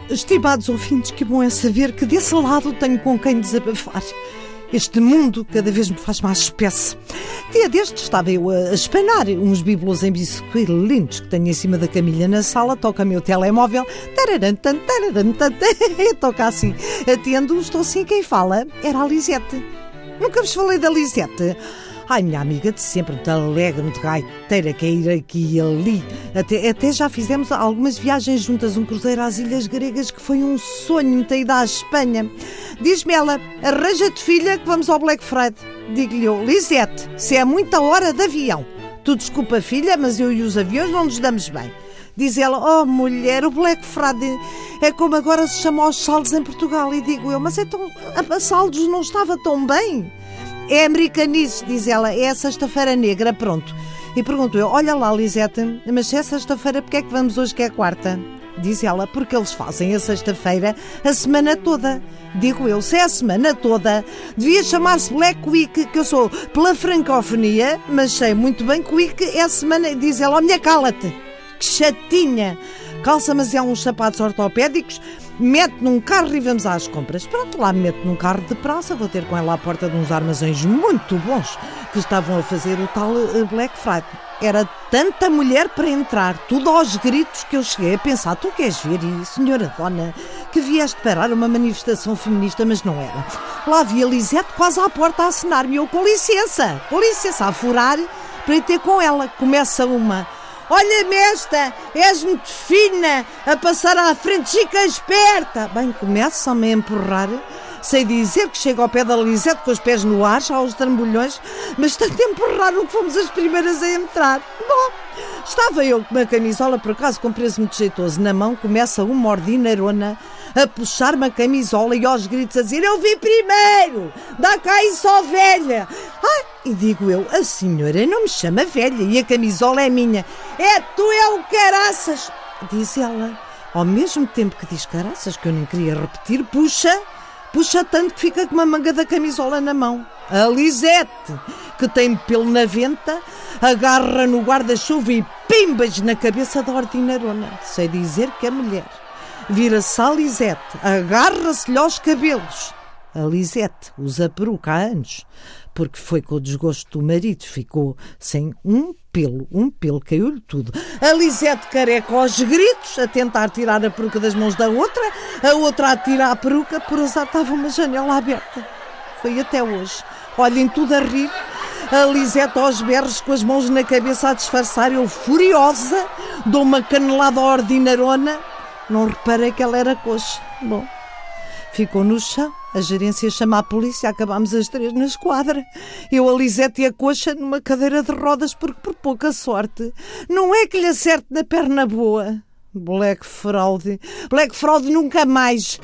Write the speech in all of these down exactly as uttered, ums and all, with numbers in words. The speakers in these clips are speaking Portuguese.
Estimados ouvintes, que bom é saber que desse lado tenho com quem desabafar. Este mundo cada vez me faz mais espécie. Dia deste estava eu a espanar uns bibelôs em biscuit lindos que tenho em cima da camilha na sala, toca o meu telemóvel, tararantan, tararantan, toca assim. Atendo, estou assim, quem fala era a Lisete. Nunca vos falei da Lisete. Ai, minha amiga de sempre, muito alegre, muito gaiteira, que é ir aqui e ali. Até, até já fizemos algumas viagens juntas, um cruzeiro às Ilhas Gregas, que foi um sonho, muita ida à Espanha. Diz-me ela, arranja-te filha que vamos ao Black Friday. Digo-lhe eu, Lisete, se é muita hora de avião. Tu desculpa, filha, mas eu e os aviões não nos damos bem. Diz ela, oh mulher, o Black Friday é como agora se chama aos saldos em Portugal. E digo eu, mas então a saldos não estava tão bem? É americanice, diz ela, é a sexta-feira negra, pronto. E pergunto eu, olha lá, Lisete, mas se é sexta-feira, porque é que vamos hoje que é quarta? Diz ela, porque eles fazem a sexta-feira a semana toda. Digo eu, se é a semana toda, devia chamar-se Black Week, que eu sou pela francofonia, mas sei muito bem que Week é a semana. Diz ela, oh minha, cala-te, que chatinha. Calça, mas é uns sapatos ortopédicos, mete num carro e vamos às compras. Pronto, lá me mete num carro de praça, vou ter com ela à porta de uns armazéns muito bons que estavam a fazer o tal Black Friday. Era tanta mulher para entrar, tudo aos gritos, que eu cheguei a pensar, tu queres ver, e senhora dona, que vieste parar uma manifestação feminista, mas não era. Lá vi a Lisete quase à porta a acenar-me, eu com licença, com licença, a furar para ir ter com ela. Começa uma... Olha-me esta, és muito fina, a passar à frente, chica esperta. Bem, começam-me a empurrar. Sei dizer que chego ao pé da Lisete com os pés no ar, já aos trambolhões, mas tanto empurraram que fomos as primeiras a entrar. Bom, estava eu com uma camisola, por acaso com preço muito jeitoso, na mão, começa uma ordinarona a puxar-me a camisola e aos gritos a dizer, eu vi primeiro, dá cá isso, ó velha. Ai, e digo eu, a senhora não me chama velha e a camisola é minha. É tu, é o caraças, diz ela. Ao mesmo tempo que diz caraças, que eu não queria repetir, puxa, puxa tanto que fica com uma manga da camisola na mão. A Lisete, que tem pelo na venta, agarra no guarda-chuva e pimbas na cabeça da ordinarona. Sei dizer que a mulher vira-se à Lisete, agarra-se-lhe aos cabelos. A Lisete usa peruca há anos, porque foi com o desgosto do marido, ficou sem um pelo, um pelo, caiu-lhe tudo. A Lisete careca aos gritos, a tentar tirar a peruca das mãos da outra, a outra a tirar a peruca, por azar estava uma janela aberta. Foi até hoje. Olhem tudo a rir, a Lisete aos berros, com as mãos na cabeça a disfarçar, eu furiosa, dou uma canelada à ordinarona, não reparei que ela era coxa. Bom, ficou no chão. A gerência chama a polícia, acabámos as três na esquadra. Eu, a Lisete e a coxa numa cadeira de rodas, porque por pouca sorte não é que lhe acerte na perna boa. Black Fraude. Black Fraude nunca mais.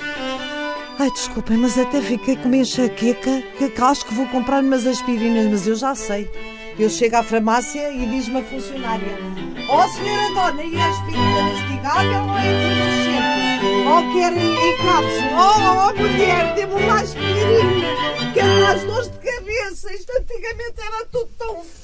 Ai, desculpem, mas até fiquei com uma enxaqueca, que acho que vou comprar umas aspirinas, mas eu já sei. Eu chego à farmácia e diz-me a funcionária, ó oh, senhora dona, e a aspirina mastigável ou é efervescente? Ou querem em cápsula? Oh, oh, mulher, dê-me uma aspirina, que é para as dores de cabeça. Isto antigamente era tudo tão